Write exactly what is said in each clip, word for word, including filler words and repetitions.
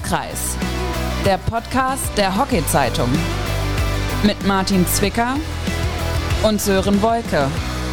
Schusskreis, der Podcast der Hockey-Zeitung. Mit Martin Zwicker und Sören Wolke.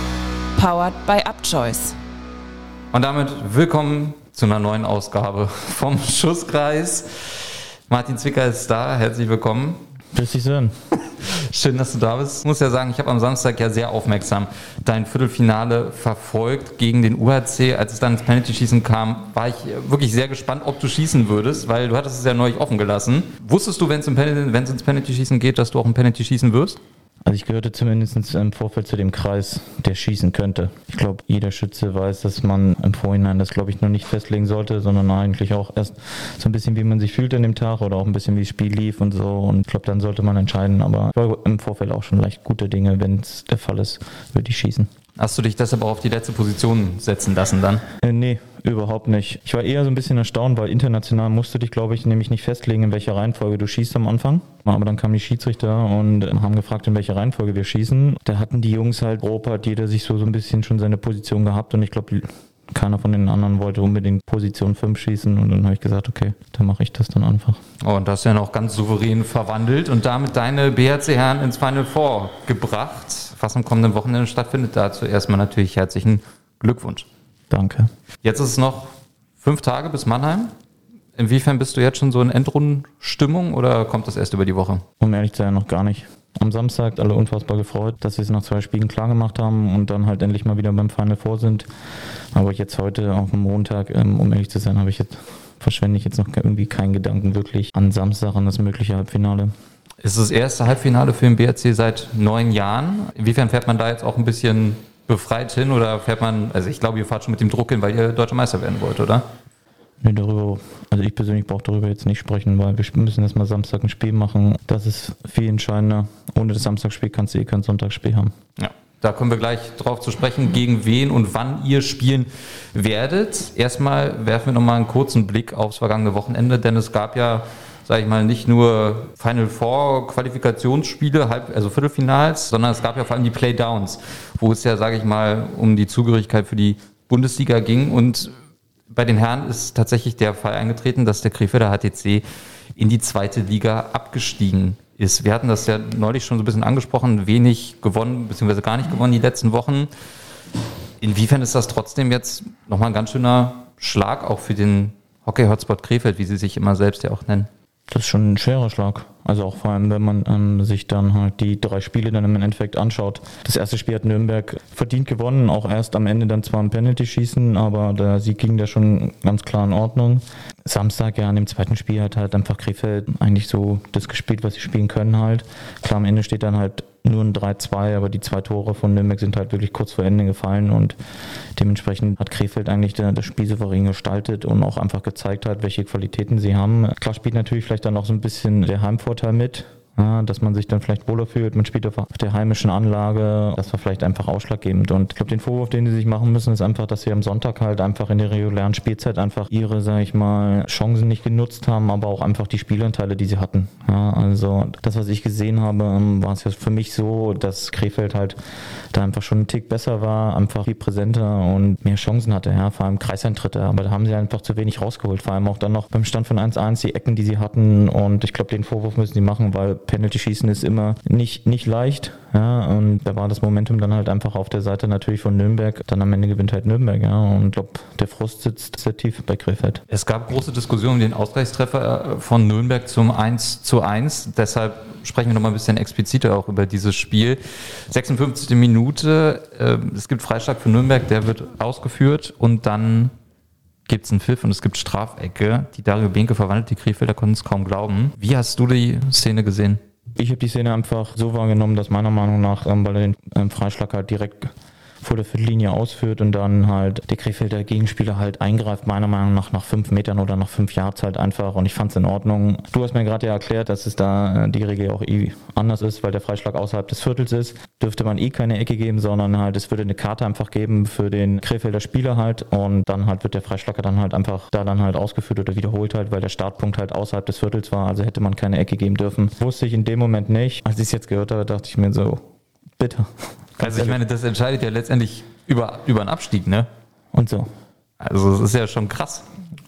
Powered by Upchoice. Und damit willkommen zu einer neuen Ausgabe vom Schusskreis. Martin Zwicker ist da, herzlich willkommen. Grüß dich, Sören. Schön, dass du da bist. Ich muss ja sagen, ich habe am Samstag ja sehr aufmerksam dein Viertelfinale verfolgt gegen den U H C. Als es dann ins Penalty-Schießen kam, war ich wirklich sehr gespannt, ob du schießen würdest, weil du hattest es ja neulich offen gelassen. Wusstest du, wenn es ins Penalty-Schießen geht, dass du auch ein Penalty schießen wirst? Also ich gehörte zumindest im Vorfeld zu dem Kreis, der schießen könnte. Ich glaube, jeder Schütze weiß, dass man im Vorhinein das, glaube ich, noch nicht festlegen sollte, sondern eigentlich auch erst so ein bisschen, wie man sich fühlt an dem Tag oder auch ein bisschen, wie das Spiel lief und so. Und ich glaube, dann sollte man entscheiden. Aber ich war im Vorfeld auch schon leicht gute Dinge, wenn es der Fall ist, würde ich schießen. Hast du dich deshalb auch auf die letzte Position setzen lassen dann? Äh, nee, überhaupt nicht. Ich war eher so ein bisschen erstaunt, weil international musst du dich, glaube ich, nämlich nicht festlegen, in welcher Reihenfolge du schießt am Anfang. Aber dann kamen die Schiedsrichter und haben gefragt, in welcher Reihenfolge wir schießen. Da hatten die Jungs halt grob, hat jeder sich so, so ein bisschen schon seine Position gehabt und ich glaube, keiner von den anderen wollte unbedingt Position fünf schießen und dann habe ich gesagt, okay, dann mache ich das dann einfach. Oh, und das ist ja noch ganz souverän verwandelt und damit deine B H C-Herren ins Final Four gebracht, was am kommenden Wochenende stattfindet. Dazu erstmal natürlich herzlichen Glückwunsch. Danke. Jetzt ist es noch fünf Tage bis Mannheim. Inwiefern bist du jetzt schon so in Endrundenstimmung oder kommt das erst über die Woche? Um ehrlich zu sein, noch gar nicht. Am Samstag alle unfassbar gefreut, dass wir es nach zwei Spielen klar gemacht haben und dann halt endlich mal wieder beim Final Four sind. Aber jetzt heute auf dem Montag, um ehrlich zu sein, habe ich jetzt, verschwende ich jetzt noch irgendwie keinen Gedanken wirklich an Samstag, an das mögliche Halbfinale. Es ist das erste Halbfinale für den B H C seit neun Jahren. Inwiefern fährt man da jetzt auch ein bisschen befreit hin oder fährt man, also ich glaube, ihr fahrt schon mit dem Druck hin, weil ihr Deutscher Meister werden wollt, oder? Nee, darüber, also ich persönlich brauche darüber jetzt nicht sprechen, weil wir müssen erstmal Samstag ein Spiel machen. Das ist viel entscheidender. Ohne das Samstagsspiel kannst du eh kein Sonntagsspiel haben. Ja, da kommen wir gleich drauf zu sprechen, gegen wen und wann ihr spielen werdet. Erstmal werfen wir nochmal einen kurzen Blick aufs vergangene Wochenende, denn es gab ja, sage ich mal, nicht nur Final Four Qualifikationsspiele, also Viertelfinals, sondern es gab ja vor allem die Playdowns, wo es ja, sage ich mal, um die Zugehörigkeit für die Bundesliga ging. Und bei den Herren ist tatsächlich der Fall eingetreten, dass der Krefelder H T C in die zweite Liga abgestiegen ist. Wir hatten das ja neulich schon so ein bisschen angesprochen, wenig gewonnen, beziehungsweise gar nicht gewonnen die letzten Wochen. Inwiefern ist das trotzdem jetzt nochmal ein ganz schöner Schlag auch für den Hockey-Hotspot Krefeld, wie sie sich immer selbst ja auch nennen? Das ist schon ein schwerer Schlag. Also auch vor allem, wenn man ähm, sich dann halt die drei Spiele dann im Endeffekt anschaut. Das erste Spiel hat Nürnberg verdient gewonnen, auch erst am Ende dann zwar ein Penalty-Schießen, aber der Sieg ging da schon ganz klar in Ordnung. Samstag, ja, an dem zweiten Spiel hat halt einfach Krefeld eigentlich so das gespielt, was sie spielen können halt. Klar, am Ende steht dann halt nur ein drei zwei, aber die zwei Tore von Nürnberg sind halt wirklich kurz vor Ende gefallen und dementsprechend hat Krefeld eigentlich das Spiel souverän gestaltet und auch einfach gezeigt hat, welche Qualitäten sie haben. Klar spielt natürlich vielleicht dann auch so ein bisschen der Heimvorteil mit, ja, dass man sich dann vielleicht wohler fühlt, man spielt auf der heimischen Anlage, das war vielleicht einfach ausschlaggebend und ich glaube, den Vorwurf, den sie sich machen müssen, ist einfach, dass sie am Sonntag halt einfach in der regulären Spielzeit einfach ihre, sag ich mal, Chancen nicht genutzt haben, aber auch einfach die Spielanteile, die sie hatten. Ja, also das, was ich gesehen habe, war es ja für mich so, dass Krefeld halt da einfach schon einen Tick besser war, einfach viel präsenter und mehr Chancen hatte, ja, vor allem Kreiseintritte, aber da haben sie einfach zu wenig rausgeholt, vor allem auch dann noch beim Stand von eins eins die Ecken, die sie hatten und ich glaube, den Vorwurf müssen sie machen, weil Penalty-Schießen ist immer nicht, nicht leicht, ja, und da war das Momentum dann halt einfach auf der Seite natürlich von Nürnberg, dann am Ende gewinnt halt Nürnberg, ja, und ich glaube, der Frust sitzt sehr tief bei Krefeld. Es gab große Diskussionen um den Ausgleichstreffer von Nürnberg zum eins zu eins, deshalb sprechen wir noch mal ein bisschen expliziter auch über dieses Spiel. sechsundfünfzigste Minute, äh, es gibt Freischlag für Nürnberg, der wird ausgeführt und dann gibt es einen Pfiff und es gibt Strafecke. Die Dario Behnke verwandelt, die Krefelder konnten es kaum glauben. Wie hast du die Szene gesehen? Ich habe die Szene einfach so wahrgenommen, dass meiner Meinung nach, ähm, weil er den ähm, Freischlag halt direkt vor der Viertellinie ausführt und dann halt der Krefelder Gegenspieler halt eingreift, meiner Meinung nach nach fünf Metern oder nach fünf Yards halt einfach und ich fand es in Ordnung. Du hast mir gerade ja erklärt, dass es da die Regel auch eh anders ist, weil der Freischlag außerhalb des Viertels ist. Dürfte man eh keine Ecke geben, sondern halt es würde eine Karte einfach geben für den Krefelder Spieler halt und dann halt wird der Freischlag dann halt einfach da dann halt ausgeführt oder wiederholt halt, weil der Startpunkt halt außerhalb des Viertels war, also hätte man keine Ecke geben dürfen. Wusste ich in dem Moment nicht. Als ich es jetzt gehört habe, dachte ich mir so, bitte. Also ich meine, das entscheidet ja letztendlich über, über einen Abstieg, ne? Und so. Also es ist ja schon krass.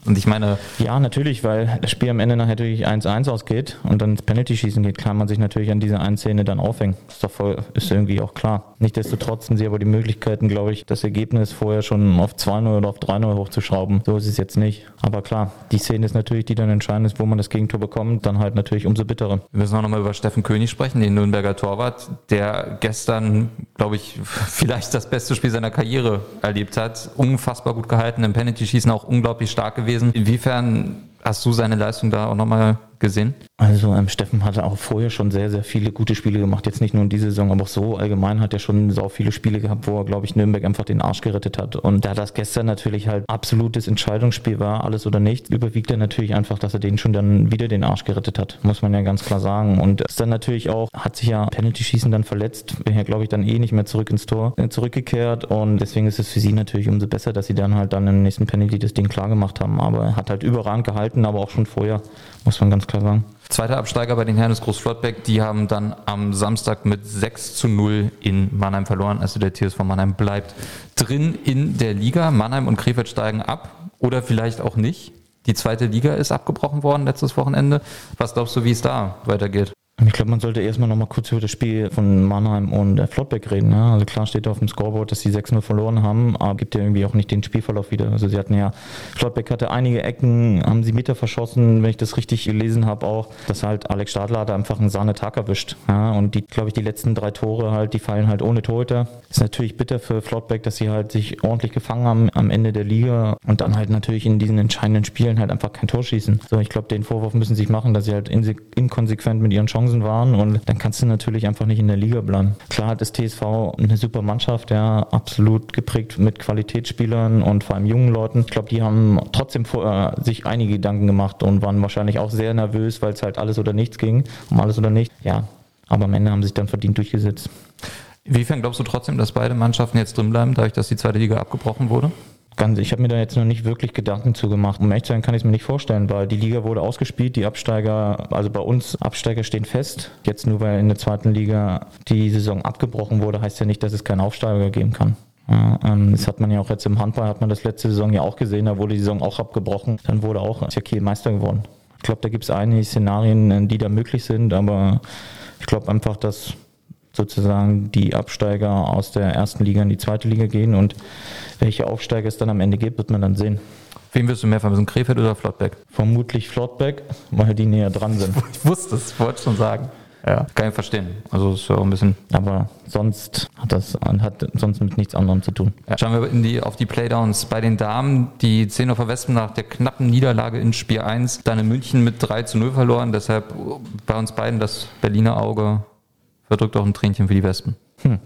Und ich meine... Ja, natürlich, weil das Spiel am Ende nachher natürlich eins eins ausgeht und dann ins Penalty-Schießen geht, kann man sich natürlich an dieser einen Szene dann aufhängen. Ist doch voll, ist irgendwie auch klar. Nichtsdestotrotz sind sie aber die Möglichkeiten, glaube ich, das Ergebnis vorher schon auf zwei null oder auf drei null hochzuschrauben. So ist es jetzt nicht. Aber klar, die Szene ist natürlich, die dann entscheidend ist, wo man das Gegentor bekommt, dann halt natürlich umso bitterer. Wir müssen auch nochmal über Steffen König sprechen, den Nürnberger Torwart, der gestern, glaube ich, vielleicht das beste Spiel seiner Karriere erlebt hat. Unfassbar gut gehalten, im Penalty-Schießen auch unglaublich stark gewesen. Inwiefern hast du seine Leistung da auch nochmal gesehen? Also ähm, Steffen hatte auch vorher schon sehr, sehr viele gute Spiele gemacht. Jetzt nicht nur in dieser Saison, aber auch so allgemein hat er schon so viele Spiele gehabt, wo er, glaube ich, Nürnberg einfach den Arsch gerettet hat. Und da das gestern natürlich halt absolutes Entscheidungsspiel war, alles oder nichts, überwiegt er natürlich einfach, dass er den schon dann wieder den Arsch gerettet hat, muss man ja ganz klar sagen. Und ist dann natürlich auch, hat sich ja Penalty-Schießen dann verletzt, wäre ja, glaube ich, dann eh nicht mehr zurück ins Tor äh, zurückgekehrt. Und deswegen ist es für sie natürlich umso besser, dass sie dann halt dann im nächsten Penalty das Ding klar gemacht haben. Aber er hat halt überragend gehalten, aber auch schon vorher, muss man ganz klar sagen. Zweiter Absteiger bei den Herren ist Groß-Flottbek. Die haben dann am Samstag mit sechs zu null in Mannheim verloren. Also der T S V Mannheim bleibt drin in der Liga. Mannheim und Krefeld steigen ab oder vielleicht auch nicht. Die zweite Liga ist abgebrochen worden letztes Wochenende. Was glaubst du, wie es da weitergeht? Ich glaube, man sollte erstmal noch mal kurz über das Spiel von Mannheim und äh, Flottbek reden. Ja? Also klar steht auf dem Scoreboard, dass sie sechs null verloren haben, aber gibt ja irgendwie auch nicht den Spielverlauf wieder. Also sie hatten ja, Flottbek hatte einige Ecken, haben sie Meter verschossen, wenn ich das richtig gelesen habe auch, dass halt Alex Stadler hat einfach einen Sahnetag erwischt. Ja? Und die, glaube ich, die letzten drei Tore halt, die fallen halt ohne Torhüter. Ist natürlich bitter für Flottbek, dass sie halt sich ordentlich gefangen haben am Ende der Liga und dann halt natürlich in diesen entscheidenden Spielen halt einfach kein Tor schießen. So, ich glaube, den Vorwurf müssen sie sich machen, dass sie halt inkonsequent mit ihren Chancen waren und dann kannst du natürlich einfach nicht in der Liga bleiben. Klar hat das T S V eine super Mannschaft, ja, absolut geprägt mit Qualitätsspielern und vor allem jungen Leuten. Ich glaube, die haben trotzdem vorher sich einige Gedanken gemacht und waren wahrscheinlich auch sehr nervös, weil es halt alles oder nichts ging, um alles oder nichts. Ja, aber am Ende haben sie sich dann verdient durchgesetzt. Inwiefern glaubst du trotzdem, dass beide Mannschaften jetzt drin bleiben, dadurch, dass die zweite Liga abgebrochen wurde? Ganz, ich habe mir da jetzt noch nicht wirklich Gedanken zu gemacht. Um ehrlich zu sein, kann ich es mir nicht vorstellen, weil die Liga wurde ausgespielt, die Absteiger, also bei uns Absteiger stehen fest. Jetzt nur weil in der zweiten Liga die Saison abgebrochen wurde, heißt ja nicht, dass es keinen Aufsteiger geben kann. Ja, ähm, das hat man ja auch jetzt im Handball, hat man das letzte Saison ja auch gesehen, da wurde die Saison auch abgebrochen. Dann wurde auch Kiel Meister geworden. Ich glaube, da gibt es einige Szenarien, die da möglich sind, aber ich glaube einfach, dass sozusagen die Absteiger aus der ersten Liga in die zweite Liga gehen und welche Aufsteiger es dann am Ende gibt, wird man dann sehen. Wem wirst du mehr vermissen, Krefeld oder Flottbek? Vermutlich Flottbek, weil die näher dran sind. Ich wusste es, wollte schon sagen. Ja, kann ich verstehen. Also ist ja auch ein bisschen. Aber sonst hat das hat sonst mit nichts anderem zu tun. Ja. Schauen wir in die, auf die Playdowns bei den Damen. Die Zehndorfer Wespen nach der knappen Niederlage in Spiel eins, dann in München mit drei zu null verloren. Deshalb bei uns beiden das Berliner Auge verdrückt auch ein Tränchen für die Wespen. Hm.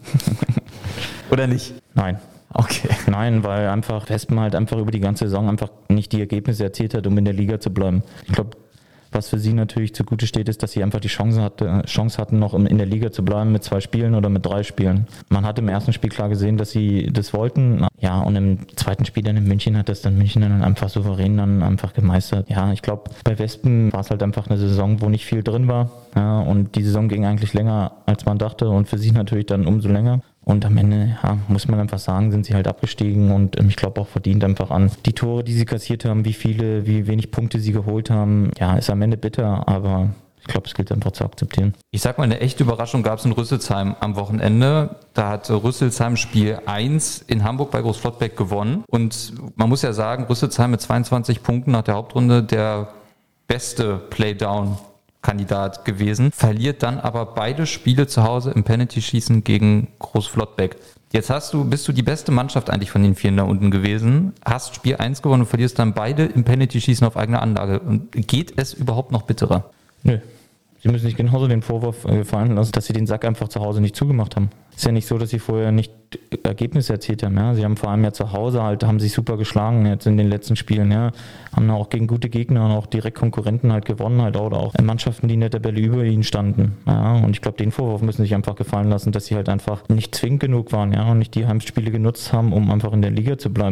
Oder nicht? Nein. Okay. Nein, weil einfach Wespen halt einfach über die ganze Saison einfach nicht die Ergebnisse erzielt hat, um in der Liga zu bleiben. Ich glaube, was für sie natürlich zugute steht, ist, dass sie einfach die Chance, hatte, Chance hatten, noch in der Liga zu bleiben mit zwei Spielen oder mit drei Spielen. Man hat im ersten Spiel klar gesehen, dass sie das wollten. Ja, und im zweiten Spiel dann in München hat das dann München dann einfach souverän dann einfach gemeistert. Ja, ich glaube, bei Wespen war es halt einfach eine Saison, wo nicht viel drin war. Ja, und die Saison ging eigentlich länger, als man dachte und für sie natürlich dann umso länger. Und am Ende, ja, muss man einfach sagen, sind sie halt abgestiegen und ähm, ich glaube auch verdient einfach an. Die Tore, die sie kassiert haben, wie viele, wie wenig Punkte sie geholt haben, ja, ist am Ende bitter, aber ich glaube, es gilt einfach zu akzeptieren. Ich sag mal, eine echte Überraschung gab es in Rüsselsheim am Wochenende. Da hat Rüsselsheim Spiel eins in Hamburg bei Groß-Flottbek gewonnen. Und man muss ja sagen, Rüsselsheim mit zweiundzwanzig Punkten nach der Hauptrunde der beste Playdown Kandidat gewesen, verliert dann aber beide Spiele zu Hause im Penalty-Schießen gegen Groß-Flottbek. Jetzt hast du, bist du die beste Mannschaft eigentlich von den Vieren da unten gewesen, hast Spiel eins gewonnen und verlierst dann beide im Penalty-Schießen auf eigene Anlage. Und geht es überhaupt noch bitterer? Nö. Sie müssen sich genauso den Vorwurf gefallen lassen, dass sie den Sack einfach zu Hause nicht zugemacht haben. Ist ja nicht so, dass sie vorher nicht Ergebnisse erzielt haben. Ja. Sie haben vor allem ja zu Hause halt, haben sich super geschlagen jetzt in den letzten Spielen. Ja. Haben auch gegen gute Gegner und auch direkt Konkurrenten halt gewonnen halt oder auch Mannschaften, die in der Tabelle über ihnen standen. Ja. Und ich glaube, den Vorwurf müssen sich einfach gefallen lassen, dass sie halt einfach nicht zwingend genug waren, ja, und nicht die Heimspiele genutzt haben, um einfach in der Liga zu bleiben.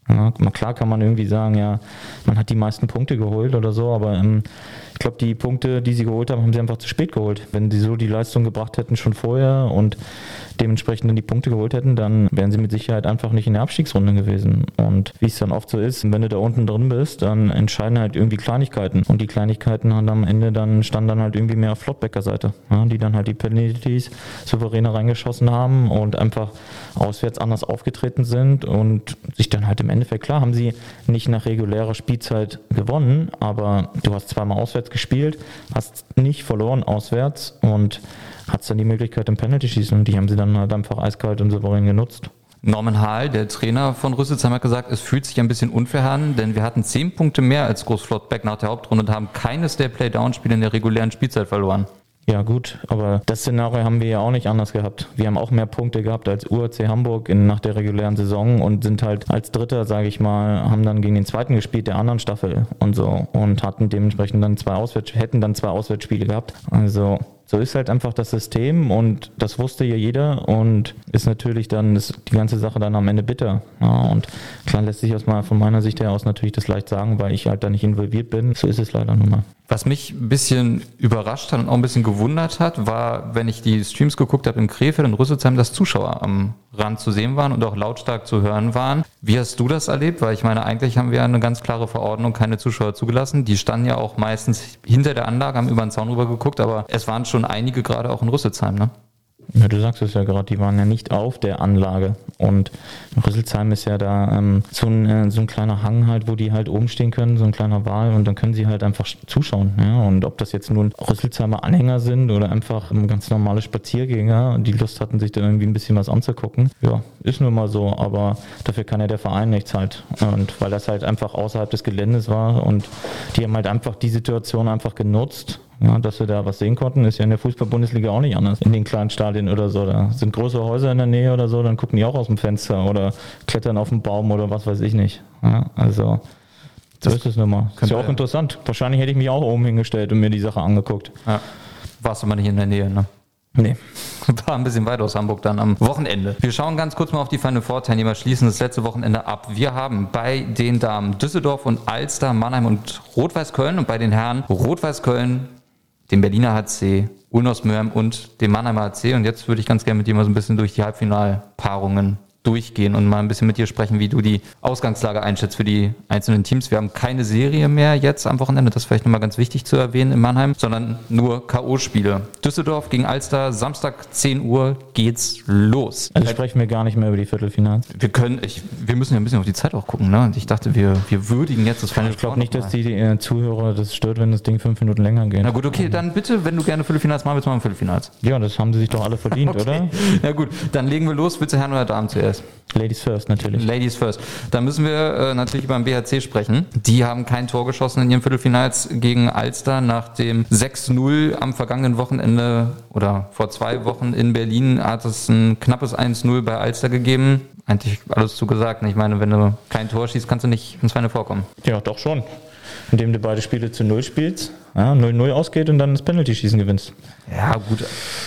Ja, klar kann man irgendwie sagen, ja, man hat die meisten Punkte geholt oder so, aber ähm, ich glaube, die Punkte, die sie geholt haben, haben sie einfach zu spät geholt. Wenn sie so die Leistung gebracht hätten schon vorher und dementsprechend dann die Punkte geholt hätten, dann wären sie mit Sicherheit einfach nicht in der Abstiegsrunde gewesen. Und wie es dann oft so ist, wenn du da unten drin bist, dann entscheiden halt irgendwie Kleinigkeiten. Und die Kleinigkeiten haben am Ende dann, standen dann halt irgendwie mehr auf Flottbecker Seite, ja, die dann halt die Penalties souveräner reingeschossen haben und einfach auswärts anders aufgetreten sind und sich dann halt im Endeffekt, klar, haben sie nicht nach regulärer Spielzeit gewonnen, aber du hast zweimal auswärts gespielt, hast nicht verloren auswärts und hast dann die Möglichkeit im Penalty-Schießen und die haben sie dann halt einfach eiskalt und souverän genutzt. Norman Hahl, der Trainer von Rüsselsheim, hat gesagt, es fühlt sich ein bisschen unfair an, denn wir hatten zehn Punkte mehr als Groß Flottbeck nach der Hauptrunde und haben keines der Playdown-Spiele in der regulären Spielzeit verloren. Ja gut, aber das Szenario haben wir ja auch nicht anders gehabt. Wir haben auch mehr Punkte gehabt als U A C Hamburg in, nach der regulären Saison und sind halt als Dritter, sage ich mal, haben dann gegen den Zweiten gespielt, der anderen Staffel und so und hatten dementsprechend dann zwei Auswärts, hätten dann zwei Auswärtsspiele gehabt. Also so ist halt einfach das System und das wusste ja jeder und ist natürlich dann das, die ganze Sache dann am Ende bitter. Ja, und klar lässt sich aus mal von meiner Sicht her aus natürlich das leicht sagen, weil ich halt da nicht involviert bin. So ist es leider nun mal. Was mich ein bisschen überrascht hat und auch ein bisschen gewundert hat, war, wenn ich die Streams geguckt habe in Krefeld und Rüsselsheim, dass Zuschauer am Rand zu sehen waren und auch lautstark zu hören waren. Wie hast du das erlebt? Weil ich meine, eigentlich haben wir eine ganz klare Verordnung, keine Zuschauer zugelassen. Die standen ja auch meistens hinter der Anlage, haben über den Zaun rüber geguckt, aber es waren schon einige gerade auch in Rüsselsheim, ne? Ja, du sagst es ja gerade, die waren ja nicht auf der Anlage und Rüsselsheim ist ja da ähm, so, ein, äh, so ein kleiner Hang halt, wo die halt oben stehen können, so ein kleiner Wal und dann können sie halt einfach zuschauen. Ja? Und ob das jetzt nun Rüsselsheimer Anhänger sind oder einfach ähm, ganz normale Spaziergänger, die Lust hatten, sich da irgendwie ein bisschen was anzugucken, ja, ist nun mal so, aber dafür kann ja der Verein nichts halt. Und weil das halt einfach außerhalb des Geländes war und die haben halt einfach die Situation einfach genutzt. Ja, dass wir da was sehen konnten, ist ja in der Fußball-Bundesliga auch nicht anders. In den kleinen Stadien oder so, da sind große Häuser in der Nähe oder so, dann gucken die auch aus dem Fenster oder klettern auf den Baum oder was weiß ich nicht. Ja, also, so das ist es nun mal. Ist ja auch interessant. Wahrscheinlich hätte ich mich auch oben hingestellt und mir die Sache angeguckt. Ja. Warst du mal nicht in der Nähe, ne? Nee. War ein bisschen weit aus Hamburg dann am Wochenende. Wir schauen ganz kurz mal auf die Final Four Teilnehmer, schließen das letzte Wochenende ab. Wir haben bei den Damen Düsseldorf und Alster, Mannheim und Rot-Weiß Köln und bei den Herren Rot-Weiß Köln, den Berliner H C, Ulnos Mörm und den Mannheimer H C. Und jetzt würde ich ganz gerne mit dir mal so ein bisschen durch die Halbfinalpaarungen durchgehen und mal ein bisschen mit dir sprechen, wie du die Ausgangslage einschätzt für die einzelnen Teams. Wir haben keine Serie mehr jetzt am Wochenende, das ist vielleicht nochmal ganz wichtig zu erwähnen in Mannheim, sondern nur K O-Spiele. Düsseldorf gegen Alster, Samstag zehn Uhr geht's los. Also sprechen wir gar nicht mehr über die Viertelfinals. Wir können, ich, wir müssen ja ein bisschen auf die Zeit auch gucken, ne? Und ich dachte, wir, wir würdigen jetzt das Final Four. Ich glaube nicht, dass die, die äh, Zuhörer das stört, wenn das Ding fünf Minuten länger geht. Na gut, okay, dann bitte, wenn du gerne Viertelfinals machen willst, machen wir Viertelfinals. Ja, das haben sie sich doch alle verdient, okay. Oder? Na gut, dann legen wir los. Willst du Herren oder Damen zuerst? Ladies first, natürlich. Ladies first. Da müssen wir äh, natürlich über den B H C sprechen. Die haben kein Tor geschossen in ihren Viertelfinals gegen Alster. Nach dem sechs null am vergangenen Wochenende oder vor zwei Wochen in Berlin hat es ein knappes eins null bei Alster gegeben. Eigentlich alles zugesagt. Ich meine, wenn du kein Tor schießt, kannst du nicht ins Final vorkommen. Ja, doch schon. Indem du beide Spiele zu null spielst, ja, null null ausgeht und dann das Penalty-Schießen gewinnst. Ja, gut.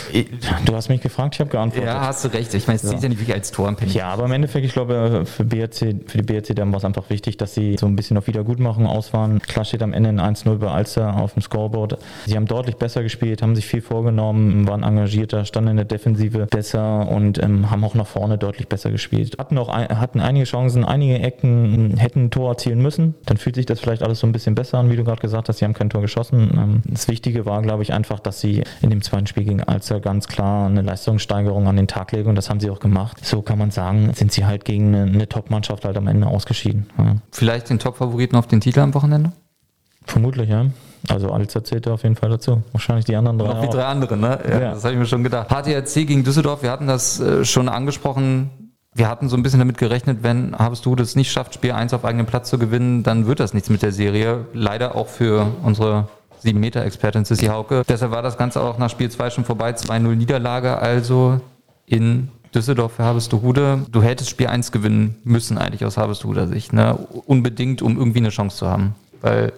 Du hast mich gefragt, ich habe geantwortet. Ja, hast du recht. Ich meine, es zählt ja nicht wirklich als Tor am Penalty. Ja, aber im Endeffekt, ich glaube, für, B R C, für die B R C-Damen war es einfach wichtig, dass sie so ein bisschen auf Wiedergutmachung aus waren. Klar steht am Ende ein eins null bei Alster auf dem Scoreboard. Sie haben deutlich besser gespielt, haben sich viel vorgenommen, waren engagierter, standen in der Defensive besser und ähm, haben auch nach vorne deutlich besser gespielt. Hatten auch ein, hatten einige Chancen, einige Ecken, hätten ein Tor erzielen müssen. Dann fühlt sich das vielleicht alles so ein bisschen besser an, wie du gerade gesagt hast. Sie haben kein Tor geschossen. Das Wichtige war, glaube ich, einfach, dass sie in dem zweiten Spiel gegen Alster ganz klar eine Leistungssteigerung an den Tag legen und das haben sie auch gemacht. So kann man sagen, sind sie halt gegen eine, eine Top-Mannschaft halt am Ende ausgeschieden. Ja. Vielleicht den Top-Favoriten auf den Titel am Wochenende? Vermutlich, ja. Also Alster zählt da auf jeden Fall dazu. Wahrscheinlich die anderen drei auch. Noch die drei anderen, ne? Ja, ja. Das habe ich mir schon gedacht. H T R C gegen Düsseldorf, wir hatten das äh, schon angesprochen. Wir hatten so ein bisschen damit gerechnet, wenn Harvesthude es nicht schafft, Spiel eins auf eigenem Platz zu gewinnen, dann wird das nichts mit der Serie. Leider auch für unsere sieben Meter Expertin Sissi Hauke. Deshalb war das Ganze auch nach Spiel zwei schon vorbei. zwei null Niederlage also in Düsseldorf für Harvesthude. Du hättest Spiel eins gewinnen müssen eigentlich aus Harvesthuder Sicht. Ne? Unbedingt, um irgendwie eine Chance zu haben. Weil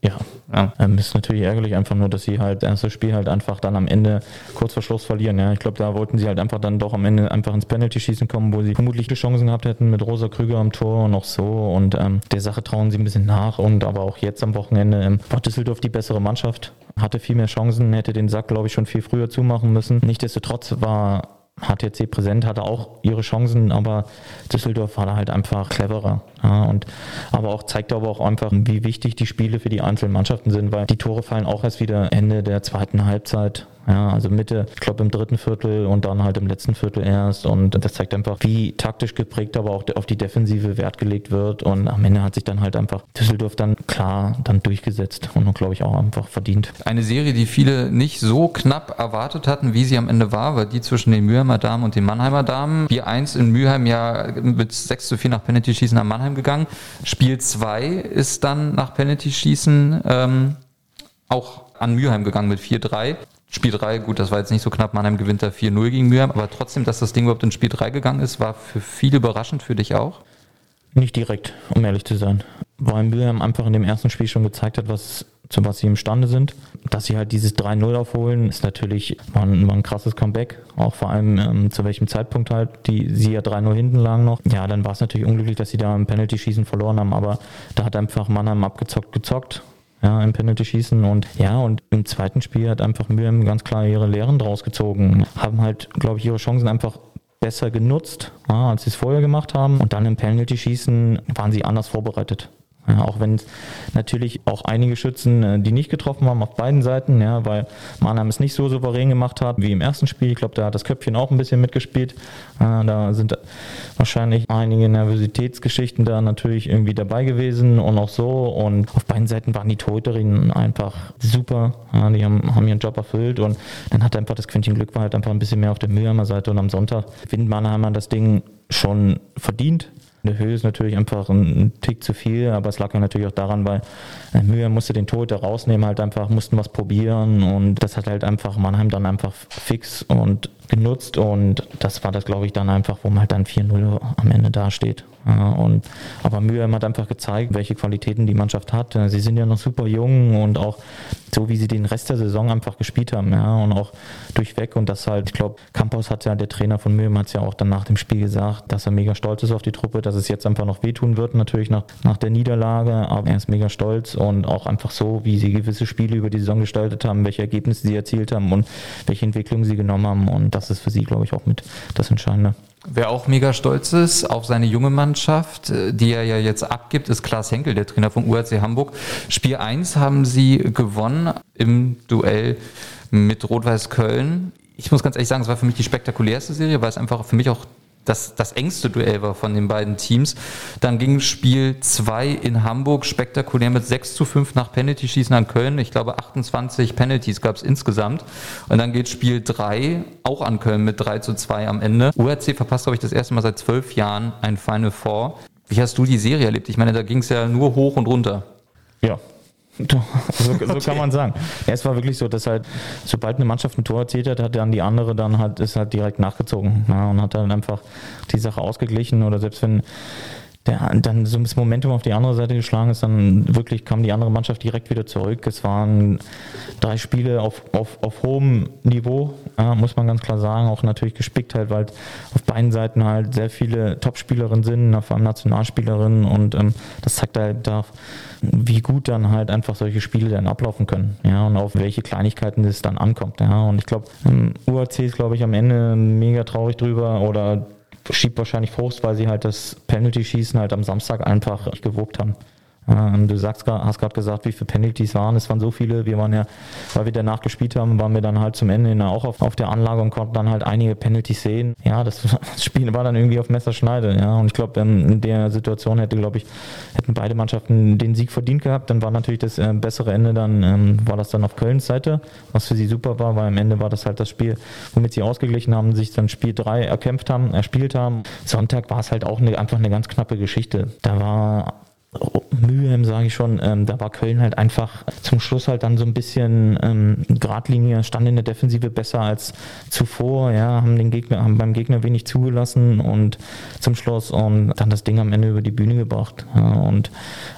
Ja, ja. Ähm, ist natürlich ärgerlich einfach nur, dass sie halt das erste Spiel halt einfach dann am Ende kurz vor Schluss verlieren. Ja, ich glaube, da wollten sie halt einfach dann doch am Ende einfach ins Penalty-Schießen kommen, wo sie vermutlich die Chancen gehabt hätten mit Rosa Krüger am Tor und auch so. Und ähm, der Sache trauen sie ein bisschen nach. Und aber auch jetzt am Wochenende ähm, war Düsseldorf die bessere Mannschaft, hatte viel mehr Chancen, hätte den Sack, glaube ich, schon viel früher zumachen müssen. Nichtsdestotrotz war H T C präsent, hatte auch ihre Chancen, aber Düsseldorf war da halt einfach cleverer. Ja, und aber auch zeigt aber auch einfach, wie wichtig die Spiele für die einzelnen Mannschaften sind, weil die Tore fallen auch erst wieder Ende der zweiten Halbzeit. Ja, also Mitte, ich glaube im dritten Viertel und dann halt im letzten Viertel erst, und das zeigt einfach, wie taktisch geprägt aber auch auf die Defensive Wert gelegt wird, und am Ende hat sich dann halt einfach Düsseldorf dann klar dann durchgesetzt und glaube ich auch einfach verdient. Eine Serie, die viele nicht so knapp erwartet hatten, wie sie am Ende war, war die zwischen den Mülheimer Damen und den Mannheimer Damen. Spiel eins in Mülheim ja mit sechs zu vier nach Penalty-Schießen an Mannheim gegangen. Spiel zwei ist dann nach Penalty-Schießen ähm, auch an Mülheim gegangen mit vier drei. Spiel drei, gut, das war jetzt nicht so knapp, Mannheim gewinnt da vier null gegen Mülheim, aber trotzdem, dass das Ding überhaupt in Spiel drei gegangen ist, war für viele überraschend, für dich auch? Nicht direkt, um ehrlich zu sein. Weil Mülheim einfach in dem ersten Spiel schon gezeigt hat, was, zu was sie imstande sind. Dass sie halt dieses drei null aufholen, ist natürlich war ein, war ein krasses Comeback. Auch vor allem ähm, zu welchem Zeitpunkt halt, die sie ja drei null hinten lagen noch. Ja, dann war es natürlich unglücklich, dass sie da im Penalty-Schießen verloren haben, aber da hat einfach Mannheim abgezockt gezockt. Ja, im Penalty-Schießen, und ja, und im zweiten Spiel hat einfach Mülheim ganz klar ihre Lehren draus gezogen, haben halt, glaube ich, ihre Chancen einfach besser genutzt, ja, als sie es vorher gemacht haben, und dann im Penalty-Schießen waren sie anders vorbereitet. Ja, auch wenn es natürlich auch einige Schützen, die nicht getroffen haben auf beiden Seiten, ja, weil Mannheim es nicht so souverän gemacht hat wie im ersten Spiel. Ich glaube, da hat das Köpfchen auch ein bisschen mitgespielt. Ja, da sind wahrscheinlich einige Nervositätsgeschichten da natürlich irgendwie dabei gewesen und auch so. Und auf beiden Seiten waren die Torhüterinnen einfach super. Ja, die haben, haben ihren Job erfüllt, und dann hat einfach das Quäntchen Glück war halt einfach ein bisschen mehr auf der Mülheimer Seite, und am Sonntag gewinnt Mannheim das Ding schon verdient. In der Höhe ist natürlich einfach ein Tick zu viel, aber es lag ja natürlich auch daran, weil Mülheim musste den Torhüter rausnehmen, halt einfach mussten was probieren, und das hat halt einfach Mannheim dann einfach fix und genutzt, und das war das, glaube ich, dann einfach, wo man halt dann vier null am Ende dasteht. Ja, und, aber Mülheim hat einfach gezeigt, welche Qualitäten die Mannschaft hat. Sie sind ja noch super jung, und auch so, wie sie den Rest der Saison einfach gespielt haben, ja, und auch durchweg, und das halt, ich glaube, Campos hat ja, der Trainer von Mülheim hat es ja auch dann nach dem Spiel gesagt, dass er mega stolz ist auf die Truppe, dass es jetzt einfach noch wehtun wird, natürlich nach, nach der Niederlage, aber er ist mega stolz, und auch einfach so, wie sie gewisse Spiele über die Saison gestaltet haben, welche Ergebnisse sie erzielt haben und welche Entwicklungen sie genommen haben, und das ist für sie, glaube ich, auch mit das Entscheidende. Wer auch mega stolz ist auf seine junge Mannschaft, die er ja jetzt abgibt, ist Klaas Henkel, der Trainer vom U H C Hamburg. Spiel eins haben sie gewonnen im Duell mit Rot-Weiß Köln. Ich muss ganz ehrlich sagen, es war für mich die spektakulärste Serie, weil es einfach für mich auch das, das engste Duell war von den beiden Teams. Dann ging Spiel zwei in Hamburg spektakulär mit sechs zu fünf nach Penalty-Schießen an Köln. Ich glaube achtundzwanzig Penalties gab es insgesamt. Und dann geht Spiel drei auch an Köln mit drei zu zwei am Ende. U H C verpasst, glaube ich, das erste Mal seit zwölf Jahren ein Final Four. Wie hast du die Serie erlebt? Ich meine, da ging es ja nur hoch und runter. Ja. So, so okay. Kann man sagen. Ja, es war wirklich so, dass halt, sobald eine Mannschaft ein Tor erzielt hat, hat dann die andere dann halt, ist halt direkt nachgezogen, ja, und hat dann einfach die Sache ausgeglichen, oder selbst wenn der dann so das Momentum auf die andere Seite geschlagen ist, dann wirklich kam die andere Mannschaft direkt wieder zurück. Es waren drei Spiele auf, auf, auf hohem Niveau, ja, muss man ganz klar sagen, auch natürlich gespickt halt, weil auf beiden Seiten halt sehr viele Topspielerinnen sind, vor allem Nationalspielerinnen, und ähm, das zeigt halt da, wie gut dann halt einfach solche Spiele dann ablaufen können, ja, und auf welche Kleinigkeiten es dann ankommt, ja, und ich glaube, U H C ist, glaube ich, am Ende mega traurig drüber, oder schiebt wahrscheinlich Frust, weil sie halt das Penalty-Schießen halt am Samstag einfach gewuppt haben. Ähm, du sagst, hast gerade gesagt, wie viele Penalties waren. Es waren so viele. Wir waren ja, weil wir danach gespielt haben, waren wir dann halt zum Ende auch auf, auf der Anlage und konnten dann halt einige Penalties sehen. Ja, das, das Spiel war dann irgendwie auf Messerschneide. Ja, und ich glaube, in der Situation hätte, glaube ich, hätten beide Mannschaften den Sieg verdient gehabt. Dann war natürlich das äh, bessere Ende, dann ähm, war das dann auf Kölns Seite, was für sie super war, weil am Ende war das halt das Spiel, womit sie ausgeglichen haben, sich dann Spiel drei erkämpft haben, erspielt haben. Sonntag war es halt auch eine, einfach eine ganz knappe Geschichte. Da war Mülheim, sage ich schon, ähm, da war Köln halt einfach zum Schluss halt dann so ein bisschen ähm, geradliniger, stand in der Defensive besser als zuvor, ja, haben den Gegner, haben beim Gegner wenig zugelassen und zum Schluss und dann das Ding am Ende über die Bühne gebracht. Ja, und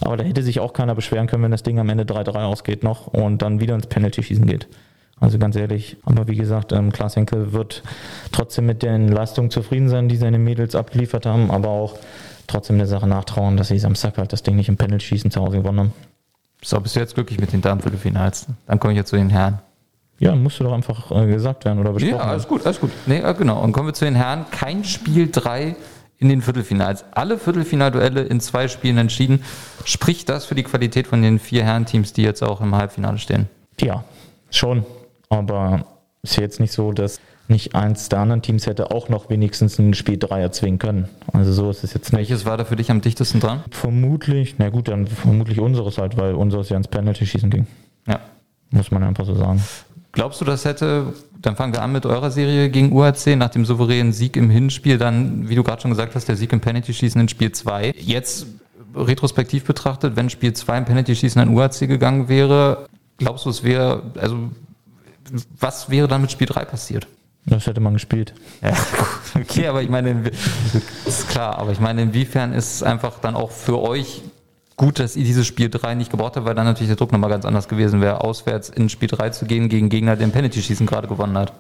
Aber da hätte sich auch keiner beschweren können, wenn das Ding am Ende drei drei ausgeht noch und dann wieder ins Penalty-Schießen geht. Also ganz ehrlich, aber wie gesagt, ähm, Klaas Henkel wird trotzdem mit den Leistungen zufrieden sein, die seine Mädels abgeliefert haben, aber auch trotzdem der Sache nachtrauen, dass sie Samstag halt das Ding nicht im Penalty-Schießen zu Hause gewonnen haben. So, bist du jetzt glücklich mit den Damen-Viertelfinals? Dann komme ich jetzt zu den Herren. Ja, musste doch einfach äh, gesagt werden oder besprochen werden. Ja, alles gut, alles gut. Nee, äh, genau. Und kommen wir zu den Herren. Kein Spiel drei in den Viertelfinals. Alle Viertelfinalduelle in zwei Spielen entschieden. Spricht das für die Qualität von den vier Herrenteams, die jetzt auch im Halbfinale stehen? Ja, schon. Aber es ist jetzt nicht so, dass nicht eins der anderen Teams hätte auch noch wenigstens ein Spiel drei erzwingen können. Also so ist es jetzt nicht. Welches war da für dich am dichtesten dran? Vermutlich, na gut, dann vermutlich unseres halt, weil unseres ja ins Penalty-Schießen ging. Ja. Muss man einfach so sagen. Glaubst du, das hätte, dann fangen wir an mit eurer Serie gegen U H C, nach dem souveränen Sieg im Hinspiel, dann, wie du gerade schon gesagt hast, der Sieg im Penalty-Schießen in Spiel zwei. Jetzt retrospektiv betrachtet, wenn Spiel zwei im Penalty-Schießen an U H C gegangen wäre, glaubst du, es wäre, also was wäre dann mit Spiel drei passiert? Das hätte man gespielt. Ja, okay, aber ich meine, ist klar, aber ich meine, inwiefern ist es einfach dann auch für euch gut, dass ihr dieses Spiel drei nicht gebraucht habt, weil dann natürlich der Druck nochmal ganz anders gewesen wäre, auswärts in Spiel drei zu gehen gegen Gegner, der im Penalty-Schießen gerade gewonnen hat.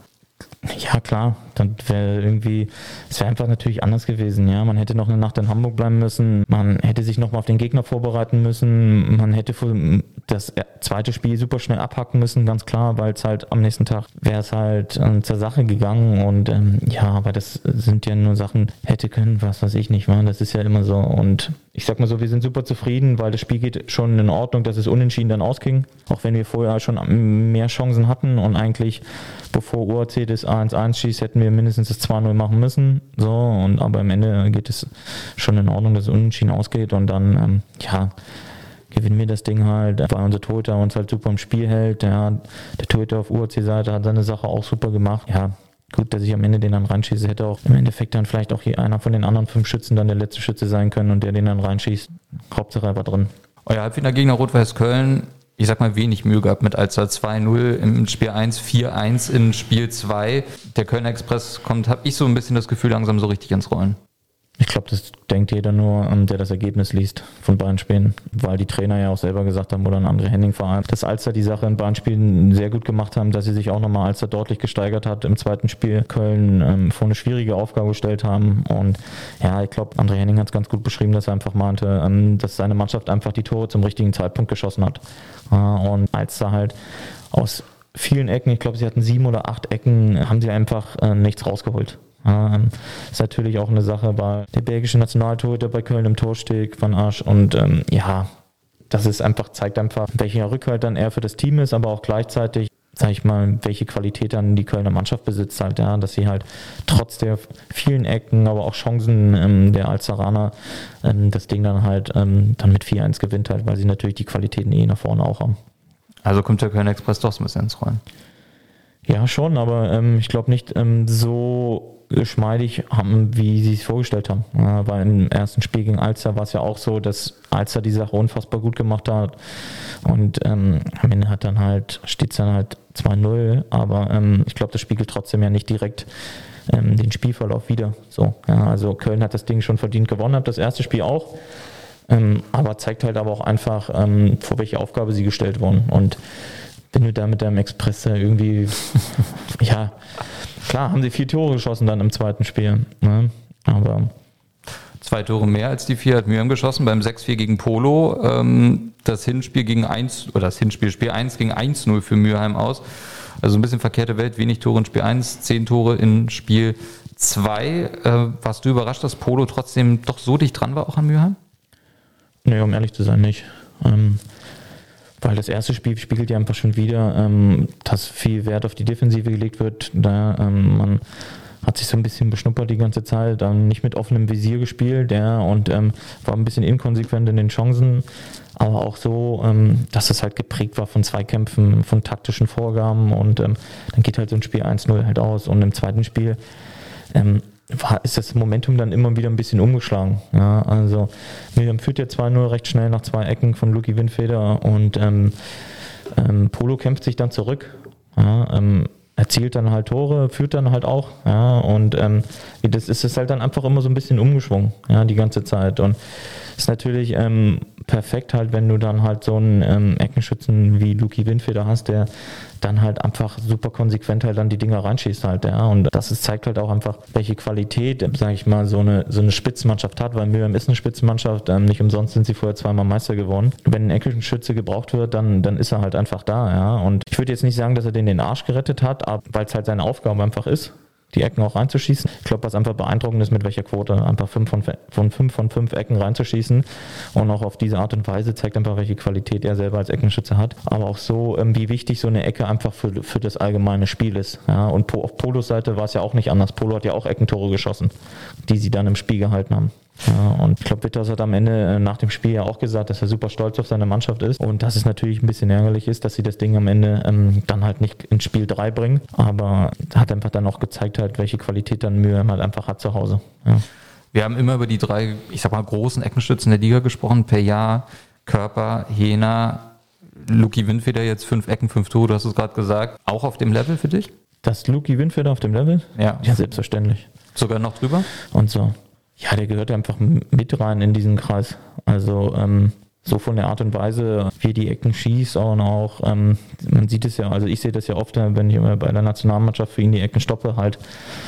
Ja klar, dann wäre irgendwie, es wäre einfach natürlich anders gewesen, ja, man hätte noch eine Nacht in Hamburg bleiben müssen, man hätte sich nochmal auf den Gegner vorbereiten müssen, man hätte das zweite Spiel super schnell abhacken müssen, ganz klar, weil es halt am nächsten Tag wäre es halt äh, zur Sache gegangen und ähm, ja, aber das sind ja nur Sachen, hätte können, was weiß ich nicht, man, das ist ja immer so und ich sag mal so, wir sind super zufrieden, weil das Spiel geht schon in Ordnung, dass es unentschieden dann ausging, auch wenn wir vorher schon mehr Chancen hatten und eigentlich, bevor U H C das eins eins schießt, hätten wir mindestens das zwei null machen müssen, so, und aber am Ende geht es schon in Ordnung, dass es unentschieden ausgeht und dann, ähm, ja, gewinnen wir das Ding halt, weil unser Torhüter uns halt super im Spiel hält, ja, der Torhüter auf U H C-Seite hat seine Sache auch super gemacht, ja. Gut, dass ich am Ende den dann reinschieße, hätte auch im Endeffekt dann vielleicht auch hier einer von den anderen fünf Schützen dann der letzte Schütze sein können und der den dann reinschießt. Hauptsache er war drin. Euer Halbfinalgegner Rot-Weiß Köln, ich sag mal wenig Mühe gehabt mit Alster zwei null im Spiel eins, vier eins in Spiel zwei. Der Kölner Express kommt, habe ich so ein bisschen das Gefühl, langsam so richtig ins Rollen. Ich glaube, das denkt jeder nur, der das Ergebnis liest von beiden Spielen, weil die Trainer ja auch selber gesagt haben, oder ein André Henning vor allem, dass Alster die Sache in beiden Spielen sehr gut gemacht haben, dass sie sich auch nochmal Alster deutlich gesteigert hat im zweiten Spiel, Köln ähm, vor eine schwierige Aufgabe gestellt haben und ja, ich glaube, André Henning hat es ganz gut beschrieben, dass er einfach meinte, ähm, dass seine Mannschaft einfach die Tore zum richtigen Zeitpunkt geschossen hat äh, und Alster halt aus vielen Ecken, ich glaube, sie hatten sieben oder acht Ecken, haben sie einfach äh, nichts rausgeholt. Ja, ähm, ist natürlich auch eine Sache, weil der belgische Nationaltorhüter bei Köln im Tor steht, Van Asch, und ähm, ja, das ist einfach, zeigt einfach, welcher Rückhalt dann eher für das Team ist, aber auch gleichzeitig, sag ich mal, welche Qualität dann die Kölner Mannschaft besitzt halt, ja, dass sie halt trotz der vielen Ecken, aber auch Chancen ähm, der Alsteraner ähm, das Ding dann halt ähm, dann mit vier eins gewinnt halt, weil sie natürlich die Qualitäten eh nach vorne auch haben. Also kommt der Kölner Express doch so ein bisschen ins Rollen. Ja, schon, aber ähm, ich glaube nicht ähm, so geschmeidig haben, wie sie es vorgestellt haben. Ja, weil im ersten Spiel gegen Alster war es ja auch so, dass Alster die Sache unfassbar gut gemacht hat und ähm, am Ende hat dann halt, steht es dann halt zwei null, aber ähm, ich glaube, das spiegelt trotzdem ja nicht direkt ähm, den Spielverlauf wieder. So, ja, also Köln hat das Ding schon verdient gewonnen, hat das erste Spiel auch, ähm, aber zeigt halt aber auch einfach, ähm, vor welche Aufgabe sie gestellt wurden und wenn du da mit deinem Express irgendwie, ja, klar, haben sie vier Tore geschossen dann im zweiten Spiel, ne? Aber zwei Tore mehr als die vier hat Mülheim geschossen beim sechs vier gegen Polo. Ähm, das Hinspiel gegen eins, oder das Hinspiel, Spiel eins ging eins null für Mülheim aus. Also ein bisschen verkehrte Welt, wenig Tore in Spiel eins, zehn Tore in Spiel zwei. Äh, warst du überrascht, dass Polo trotzdem doch so dicht dran war, auch an Mülheim? Nee, um ehrlich zu sein, nicht. Ähm, Weil das erste Spiel spiegelt ja einfach schon wieder, ähm, dass viel Wert auf die Defensive gelegt wird. Da ähm, man hat sich so ein bisschen beschnuppert die ganze Zeit, ähm, nicht mit offenem Visier gespielt, ja, und ähm, war ein bisschen inkonsequent in den Chancen, aber auch so, ähm, dass es halt geprägt war von Zweikämpfen, von taktischen Vorgaben und ähm, dann geht halt so ein Spiel eins null halt aus und im zweiten Spiel ähm, war, ist das Momentum dann immer wieder ein bisschen umgeschlagen. Ja, also Mülheim führt ja zwei null recht schnell nach zwei Ecken von Luki Windfeder und ähm, ähm, Polo kämpft sich dann zurück, ja, ähm, erzielt dann halt Tore, führt dann halt auch, ja, und ähm, das ist es halt dann einfach immer so ein bisschen umgeschwungen, ja, die ganze Zeit und ist natürlich ähm, perfekt halt, wenn du dann halt so einen ähm, Eckenschützen wie Luki Windfeder hast, der dann halt einfach super konsequent halt dann die Dinger reinschießt halt, ja. Und das ist, zeigt halt auch einfach, welche Qualität, sage ich mal, so eine so eine Spitzenmannschaft hat, weil Mülheim ist eine Spitzenmannschaft, ähm, nicht umsonst sind sie vorher zweimal Meister geworden. Wenn ein Eckenschütze gebraucht wird, dann, dann ist er halt einfach da, ja. Und ich würde jetzt nicht sagen, dass er den den Arsch gerettet hat, weil es halt seine Aufgabe einfach ist, die Ecken auch reinzuschießen. Ich glaube, was einfach beeindruckend ist, mit welcher Quote einfach fünf von, von fünf von fünf Ecken reinzuschießen und auch auf diese Art und Weise zeigt einfach, welche Qualität er selber als Eckenschütze hat. Aber auch so, wie wichtig so eine Ecke einfach für, für das allgemeine Spiel ist. Ja, und auf Polos Seite war es ja auch nicht anders. Polo hat ja auch Eckentore geschossen, die sie dann im Spiel gehalten haben. Ja, und ich glaube, Witters hat am Ende nach dem Spiel ja auch gesagt, dass er super stolz auf seine Mannschaft ist und dass es natürlich ein bisschen ärgerlich ist, dass sie das Ding am Ende ähm, dann halt nicht ins Spiel drei bringen, aber hat einfach dann auch gezeigt halt, welche Qualität dann Mülheim halt einfach hat zu Hause. Ja. Wir haben immer über die drei, ich sag mal, großen Eckenstützen der Liga gesprochen, Pejar, Körper, Jena, Luki Windfeder jetzt fünf Ecken, fünf Tore, du hast es gerade gesagt, auch auf dem Level für dich? Das Luki Windfeder auf dem Level? Ja. Ja, selbstverständlich. Sogar noch drüber? Und so. Ja, der gehört einfach mit rein in diesen Kreis. Also ähm, so von der Art und Weise, wie die Ecken schießt und auch, ähm, man sieht es ja, also ich sehe das ja oft, wenn ich immer bei der Nationalmannschaft für ihn die Ecken stoppe, halt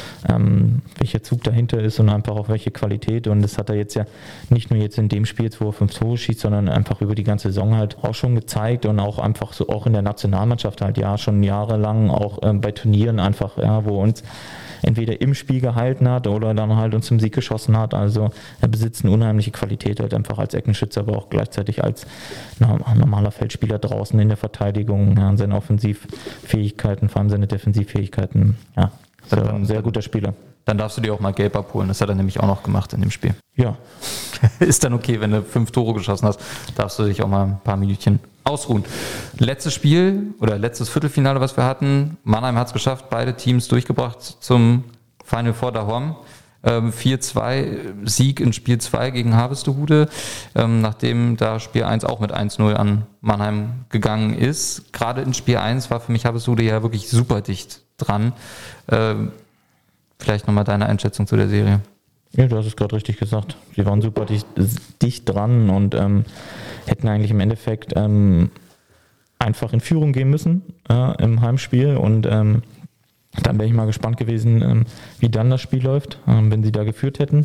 ähm, welcher Zug dahinter ist und einfach auch welche Qualität. Und das hat er jetzt ja nicht nur jetzt in dem Spiel, wo er fünf Tore schießt, sondern einfach über die ganze Saison halt auch schon gezeigt und auch einfach so auch in der Nationalmannschaft halt, ja, schon jahrelang auch ähm, bei Turnieren einfach, ja, wo uns entweder im Spiel gehalten hat oder dann halt uns zum Sieg geschossen hat. Also er besitzt eine unheimliche Qualität halt einfach als Eckenschütze, aber auch gleichzeitig als normaler Feldspieler draußen in der Verteidigung. Ja, und seine Offensivfähigkeiten, vor allem seine Defensivfähigkeiten, ja, ist er ein sehr guter Spieler. Dann darfst du dir auch mal gelb abholen. Das hat er nämlich auch noch gemacht in dem Spiel. Ja. Ist dann okay, wenn du fünf Tore geschossen hast, darfst du dich auch mal ein paar Minütchen ausruhen. Letztes Spiel oder letztes Viertelfinale, was wir hatten. Mannheim hat es geschafft, beide Teams durchgebracht zum Final Four Dahom. Ähm, vier zwei Sieg in Spiel zwei gegen Harvestehude, ähm, nachdem da Spiel eins auch mit eins null an Mannheim gegangen ist. Gerade in Spiel eins war für mich Harvestehude ja wirklich super dicht dran. Ähm, vielleicht nochmal deine Einschätzung zu der Serie. Ja, du hast es gerade richtig gesagt. Sie waren super dicht, dicht dran und ähm, hätten eigentlich im Endeffekt ähm, einfach in Führung gehen müssen äh, im Heimspiel und ähm, dann wäre ich mal gespannt gewesen, ähm, wie dann das Spiel läuft, ähm, wenn sie da geführt hätten.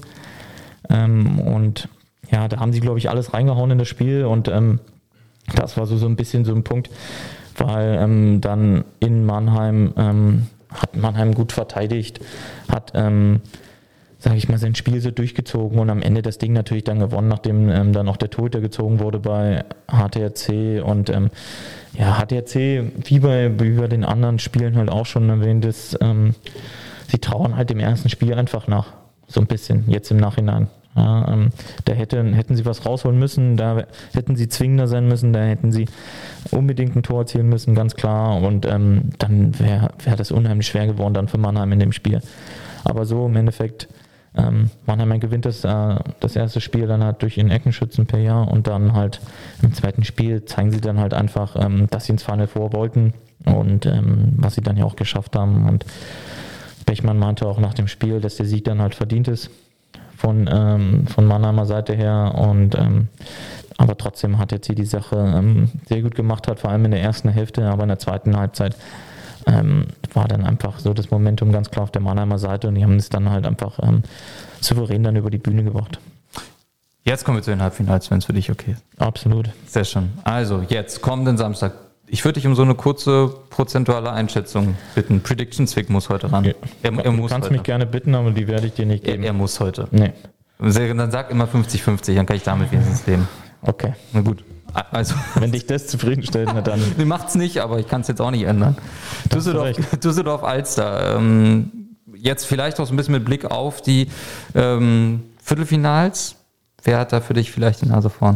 Ähm, und ja, da haben sie, glaube ich, alles reingehauen in das Spiel und ähm, das war so, so ein bisschen so ein Punkt, weil ähm, dann in Mannheim ähm, hat Mannheim gut verteidigt, hat ähm, sage ich mal, sein Spiel so durchgezogen und am Ende das Ding natürlich dann gewonnen, nachdem ähm, dann auch der Torhüter gezogen wurde bei H T R C und ähm, ja, H T R C, wie bei, wie bei den anderen Spielen halt auch schon erwähnt ist, ähm, sie trauern halt dem ersten Spiel einfach nach, so ein bisschen, jetzt im Nachhinein. Ja, ähm, da hätten, hätten sie was rausholen müssen, da hätten sie zwingender sein müssen, da hätten sie unbedingt ein Tor erzielen müssen, ganz klar und ähm, dann wäre wär das unheimlich schwer geworden dann für Mannheim in dem Spiel. Aber so im Endeffekt Ähm, Mannheim gewinnt das, äh, das erste Spiel dann halt durch ihren Eckenschützen per Jahr und dann halt im zweiten Spiel zeigen sie dann halt einfach, ähm, dass sie ins Final Four wollten und ähm, was sie dann ja auch geschafft haben und Bechmann meinte auch nach dem Spiel, dass der Sieg dann halt verdient ist von, ähm, von Mannheimer Seite her und ähm, aber trotzdem hat jetzt hier die Sache ähm, sehr gut gemacht hat, vor allem in der ersten Hälfte, aber in der zweiten Halbzeit Ähm, war dann einfach so das Momentum ganz klar auf der Mannheimer Seite und die haben es dann halt einfach ähm, souverän dann über die Bühne gebracht. Jetzt kommen wir zu den Halbfinals, wenn es für dich okay ist. Absolut. Sehr schön. Also jetzt kommenden Samstag. Ich würde dich um so eine kurze prozentuale Einschätzung bitten. Prediction Zwick muss heute ran. Ja. Er, er du muss kannst heute. mich gerne bitten, aber die werde ich dir nicht geben. Er, er muss heute. Nee. Dann sag immer fünfzig fünfzig, dann kann ich damit wenigstens leben. Okay. Na gut. Also, wenn dich das zufriedenstellt, na dann. Mir macht's nicht, aber ich kann es jetzt auch nicht ändern. Düsseldorf, Düsseldorf Alster. Ähm, jetzt vielleicht auch so ein bisschen mit Blick auf die ähm, Viertelfinals. Wer hat da für dich vielleicht die Nase vorn?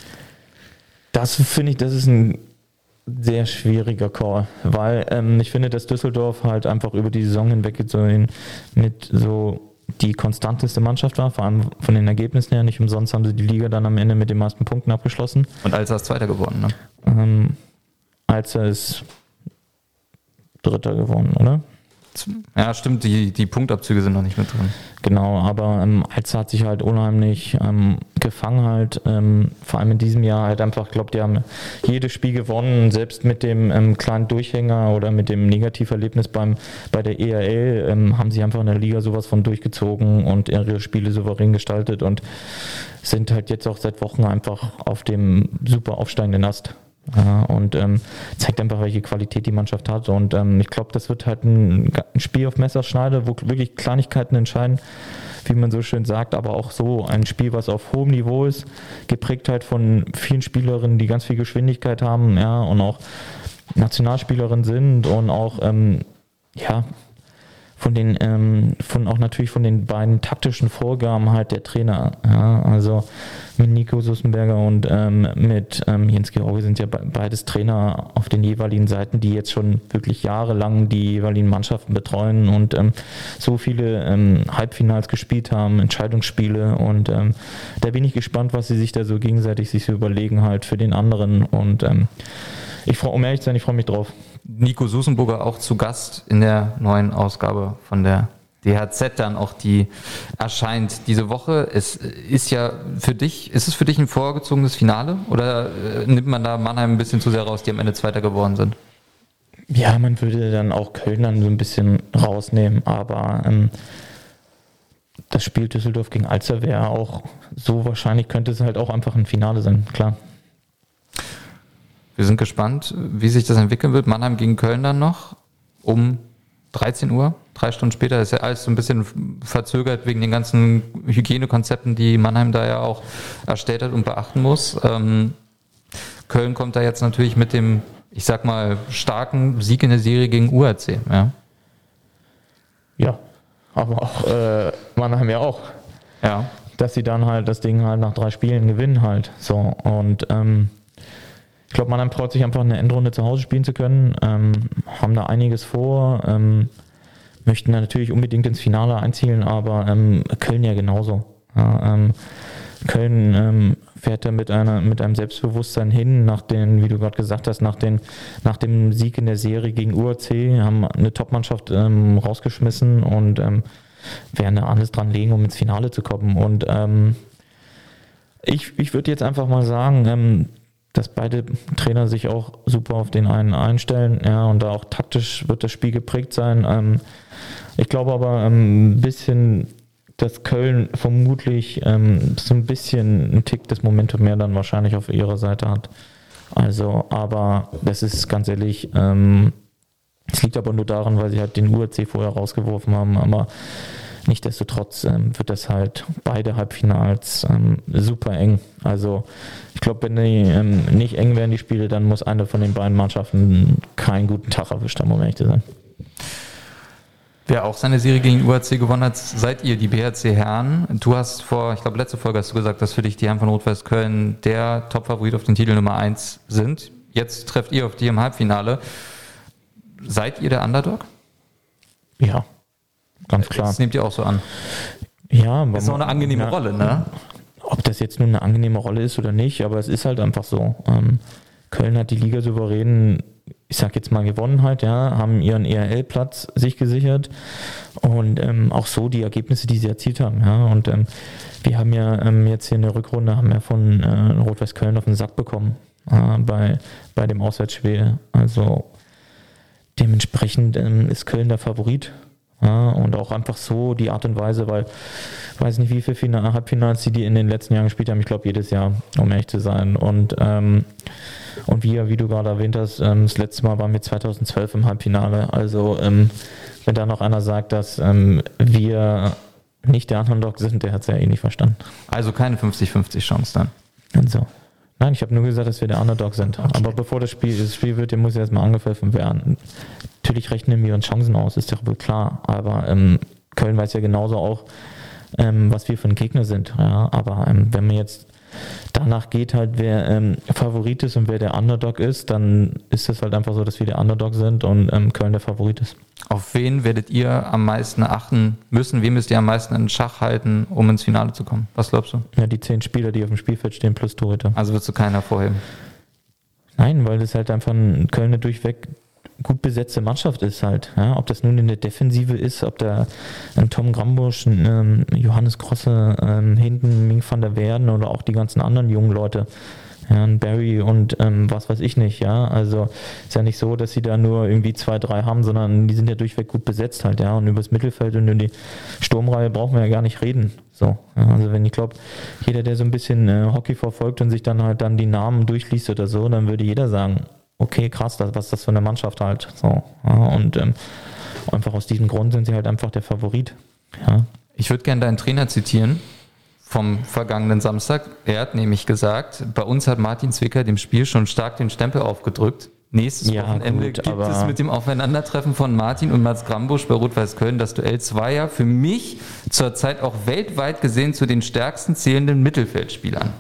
Das finde ich, das ist ein sehr schwieriger Call, weil ähm, ich finde, dass Düsseldorf halt einfach über die Saison hinweg so mit so die konstanteste Mannschaft war, vor allem von den Ergebnissen her. Nicht umsonst haben sie die Liga dann am Ende mit den meisten Punkten abgeschlossen. Und Alster ist Zweiter geworden, ne? Ähm, Alster ist Dritter geworden, oder? Ja, stimmt, die, die Punktabzüge sind noch nicht mit drin. Genau, aber ähm, Alza hat sich halt unheimlich ähm, gefangen halt, ähm, vor allem in diesem Jahr halt einfach, ich glaube, die haben jedes Spiel gewonnen, selbst mit dem ähm, kleinen Durchhänger oder mit dem Negativerlebnis beim bei der E R L ähm, haben sie einfach in der Liga sowas von durchgezogen und ihre Spiele souverän gestaltet und sind halt jetzt auch seit Wochen einfach auf dem super aufsteigenden Ast. Ja, und ähm, zeigt einfach, welche Qualität die Mannschaft hat. Und ähm, ich glaube, das wird halt ein, ein Spiel auf Messerschneide, wo wirklich Kleinigkeiten entscheiden, wie man so schön sagt, aber auch so ein Spiel, was auf hohem Niveau ist, geprägt halt von vielen Spielerinnen, die ganz viel Geschwindigkeit haben, ja, und auch Nationalspielerinnen sind und auch, ähm, ja, von den, ähm, von auch natürlich von den beiden taktischen Vorgaben halt der Trainer, ja, also mit Nico Sussenberger und ähm, mit ähm, Jens George sind ja be- beides Trainer auf den jeweiligen Seiten, die jetzt schon wirklich jahrelang die jeweiligen Mannschaften betreuen und ähm, so viele ähm, Halbfinals gespielt haben, Entscheidungsspiele und ähm, da bin ich gespannt, was sie sich da so gegenseitig sich so überlegen halt für den anderen und ähm, ich freue, um ehrlich zu sein, ich freue mich drauf. Nico Sussenburger auch zu Gast in der neuen Ausgabe von der D H Z dann auch, die erscheint diese Woche. Es ist ja für dich, ist es für dich ein vorgezogenes Finale oder nimmt man da Mannheim ein bisschen zu sehr raus, die am Ende Zweiter geworden sind? Ja, man würde dann auch Köln dann so ein bisschen rausnehmen, aber ähm, das Spiel Düsseldorf gegen Alzer wäre auch so wahrscheinlich, könnte es halt auch einfach ein Finale sein, klar. Wir sind gespannt, wie sich das entwickeln wird. Mannheim gegen Köln dann noch um dreizehn Uhr, drei Stunden später. Ist ja alles so ein bisschen verzögert wegen den ganzen Hygienekonzepten, die Mannheim da ja auch erstellt hat und beachten muss. Ähm, Köln kommt da jetzt natürlich mit dem, ich sag mal, starken Sieg in der Serie gegen U R C. Ja, ja, aber auch äh, Mannheim ja auch. Ja. Dass sie dann halt das Ding halt nach drei Spielen gewinnen halt. So und ähm, ich glaube, Mannheim freut sich einfach, eine Endrunde zu Hause spielen zu können, ähm, haben da einiges vor, ähm, möchten da natürlich unbedingt ins Finale einzielen, aber ähm, Köln ja genauso. Ja, ähm, Köln ähm, fährt da mit einer mit einem Selbstbewusstsein hin, nach den, wie du gerade gesagt hast, nach, den, nach dem Sieg in der Serie gegen U R C, haben eine Top-Mannschaft ähm, rausgeschmissen und ähm, werden da alles dran legen, um ins Finale zu kommen. Und ähm, ich, ich würde jetzt einfach mal sagen, ähm, dass beide Trainer sich auch super auf den einen einstellen, ja, und da auch taktisch wird das Spiel geprägt sein. Ähm, ich glaube aber ähm, ein bisschen, dass Köln vermutlich ähm, so ein bisschen einen Tick das Momentum mehr dann wahrscheinlich auf ihrer Seite hat. Also, aber das ist ganz ehrlich, ähm, es liegt aber nur daran, weil sie halt den U R C vorher rausgeworfen haben, aber nichtsdestotrotz ähm, wird das halt beide Halbfinals ähm, super eng. Also ich glaube, wenn die ähm, nicht eng werden, die Spiele, dann muss eine von den beiden Mannschaften keinen guten Tag erwischt haben, um ehrlich zu sein. Wer auch seine Serie gegen U R C gewonnen hat, seid ihr, die B H C Herren. Du hast vor, ich glaube letzte Folge hast du gesagt, dass für dich die Herren von Rot-Weiß Köln der Top-Favorit auf den Titel Nummer eins sind. Jetzt trefft ihr auf die im Halbfinale. Seid ihr der Underdog? Ja, ganz klar. Das nehmt ihr auch so an. Ja, das ist auch eine angenehme ja, Rolle, ne? Ob das jetzt nur eine angenehme Rolle ist oder nicht, aber es ist halt einfach so. Ähm, Köln hat die Liga souverän, ich sag jetzt mal, gewonnen halt, ja, haben ihren E R L-Platz sich gesichert und ähm, auch so die Ergebnisse, die sie erzielt haben, ja, und ähm, wir haben ja ähm, jetzt hier in der Rückrunde haben wir von äh, Rot-Weiß Köln auf den Sack bekommen äh, bei, bei dem Auswärtsspiel, also dementsprechend ähm, ist Köln der Favorit. Ja, und auch einfach so die Art und Weise, weil ich weiß nicht, wie viele Final- Halbfinals die, die in den letzten Jahren gespielt haben. Ich glaube, jedes Jahr, um ehrlich zu sein. Und, ähm, und wie, wie du gerade erwähnt hast, ähm, das letzte Mal waren wir zweitausendzwölf im Halbfinale. Also ähm, wenn da noch einer sagt, dass ähm, wir nicht der Underdog sind, der hat es ja eh nicht verstanden. Also keine fünfzig fünfzig Chance dann. Und so. Nein, ich habe nur gesagt, dass wir der Underdog sind. Okay. Aber bevor das Spiel, das Spiel wird, der muss erstmal angepfiffen werden. Natürlich rechnen wir uns Chancen aus, ist ja wohl klar. Aber ähm, Köln weiß ja genauso auch, ähm, was wir für ein Gegner sind. Ja, aber ähm, wenn man jetzt danach geht, halt wer ähm, Favorit ist und wer der Underdog ist, dann ist es halt einfach so, dass wir der Underdog sind und ähm, Köln der Favorit ist. Auf wen werdet ihr am meisten achten müssen? Wem müsst ihr am meisten in Schach halten, um ins Finale zu kommen? Was glaubst du? Ja, die zehn Spieler, die auf dem Spielfeld stehen, plus Torhüter. Also würdest du keinen hervorheben? Nein, weil das halt einfach ein Köln durchweg gut besetzte Mannschaft ist halt. Ja? Ob das nun in der Defensive ist, ob da ähm, Tom Grambusch, ähm, Johannes Grosse, ähm, hinten Ming van der Werden oder auch die ganzen anderen jungen Leute. Ja, Barry und ähm, was weiß ich nicht, ja. Also ist ja nicht so, dass sie da nur irgendwie zwei, drei haben, sondern die sind ja durchweg gut besetzt halt, ja. Und über das Mittelfeld und über die Sturmreihe brauchen wir ja gar nicht reden. So, ja, also wenn ich glaube, jeder, der so ein bisschen äh, Hockey verfolgt und sich dann halt dann die Namen durchliest oder so, dann würde jeder sagen, okay, krass, das, was ist das für eine Mannschaft halt. So, ja, und ähm, einfach aus diesem Grund sind sie halt einfach der Favorit. Ja. Ich würde gerne deinen Trainer zitieren vom vergangenen Samstag. Er hat nämlich gesagt, bei uns hat Martin Zwicker dem Spiel schon stark den Stempel aufgedrückt. Nächstes ja, Wochenende gut, gibt es mit dem Aufeinandertreffen von Martin und Mats Grambusch bei Rot-Weiß Köln das Duell zweier für mich zurzeit auch weltweit gesehen zu den stärksten zählenden Mittelfeldspielern.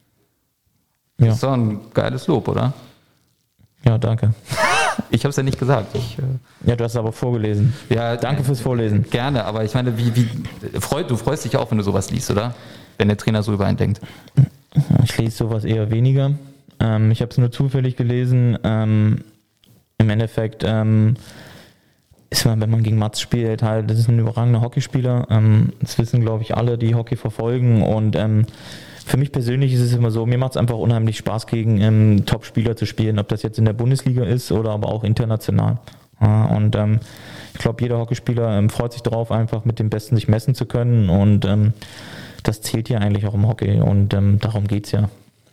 Ja. Das ist doch ein geiles Lob, oder? Ja, danke. Ich habe es ja nicht gesagt. Ich, äh ja, du hast es aber vorgelesen. Ja, danke fürs Vorlesen. Gerne, aber ich meine, wie, wie freu, du freust dich ja auch, wenn du sowas liest, oder? Wenn der Trainer so über einen denkt. Ich lese sowas eher weniger. Ähm, ich habe es nur zufällig gelesen. Ähm, Im Endeffekt ähm, ist man, wenn man gegen Mats spielt, halt, das ist ein überragender Hockeyspieler. Ähm, das wissen, glaube ich, alle, die Hockey verfolgen. Und ähm, für mich persönlich ist es immer so, mir macht es einfach unheimlich Spaß, gegen ähm, Top-Spieler zu spielen, ob das jetzt in der Bundesliga ist oder aber auch international. Ja, und ähm, ich glaube, jeder Hockeyspieler ähm, freut sich darauf, einfach mit dem Besten sich messen zu können. Und ähm, das zählt hier eigentlich auch im Hockey und ähm, darum geht es ja.